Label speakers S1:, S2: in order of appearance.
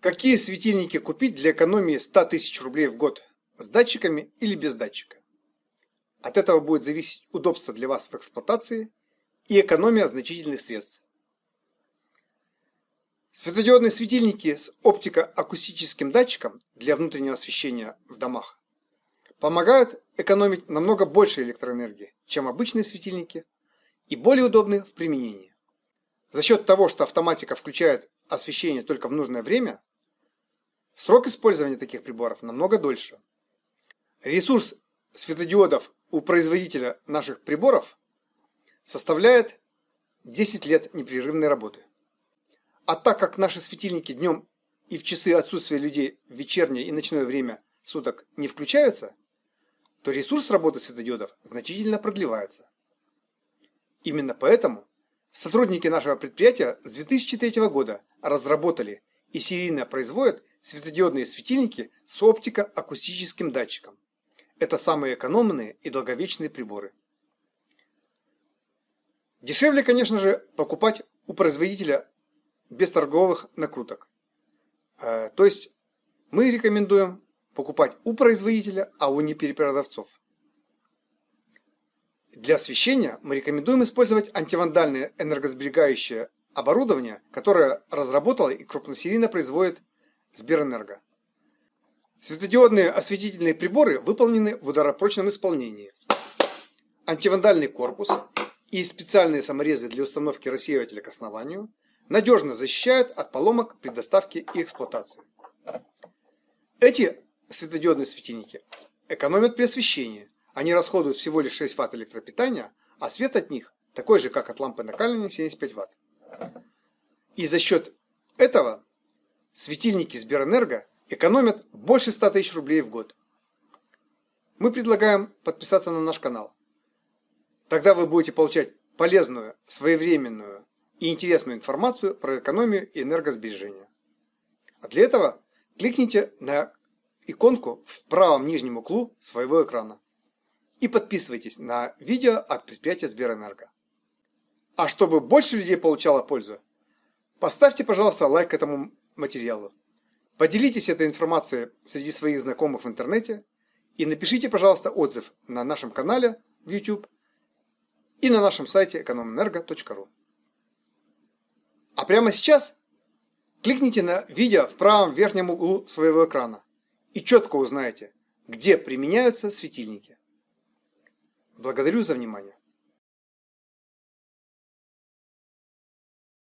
S1: Какие светильники купить для экономии 100 тысяч рублей в год? С датчиками или без датчика? От этого будет зависеть удобство для вас в эксплуатации и экономия значительных средств. Светодиодные светильники с оптико-акустическим датчиком для внутреннего освещения в домах помогают экономить намного больше электроэнергии, чем обычные светильники, и более удобны в применении. За счет того, что автоматика включает освещение только в нужное время, срок использования таких приборов намного дольше. Ресурс светодиодов у производителя наших приборов составляет 10 лет непрерывной работы. А так как наши светильники днем и в часы отсутствия людей в вечернее и ночное время суток не включаются, то ресурс работы светодиодов значительно продлевается. Именно поэтому сотрудники нашего предприятия с 2003 года разработали и серийно производят светодиодные светильники с оптико-акустическим датчиком. Это самые экономные и долговечные приборы. Дешевле, конечно же, покупать у производителя без торговых накруток. То есть мы рекомендуем покупать у производителя, а не у перепродавцов. Для освещения мы рекомендуем использовать антивандальное энергосберегающее оборудование, которое разработало и крупносерийно производит Сберэнерго. Светодиодные осветительные приборы выполнены в ударопрочном исполнении. Антивандальный корпус и специальные саморезы для установки рассеивателя к основанию надежно защищают от поломок при доставке и эксплуатации. Эти светодиодные светильники экономят при освещении. Они расходуют всего лишь 6 Вт электропитания, а свет от них такой же, как от лампы накаливания, 75 Вт. И за счет этого светильники Сберэнерго экономят больше 100 тысяч рублей в год. Мы предлагаем подписаться на наш канал. Тогда вы будете получать полезную, своевременную и интересную информацию про экономию и энергосбережение. А для этого кликните на иконку в правом нижнем углу своего экрана и подписывайтесь на видео от предприятия Сберэнерго. А чтобы больше людей получало пользу, поставьте, пожалуйста, лайк этому материалу. Поделитесь этой информацией среди своих знакомых в интернете и напишите, пожалуйста, отзыв на нашем канале в YouTube и на нашем сайте ekomenergo.ru. А прямо сейчас кликните на видео в правом верхнем углу своего экрана и четко узнаете, где применяются светильники. Благодарю за внимание.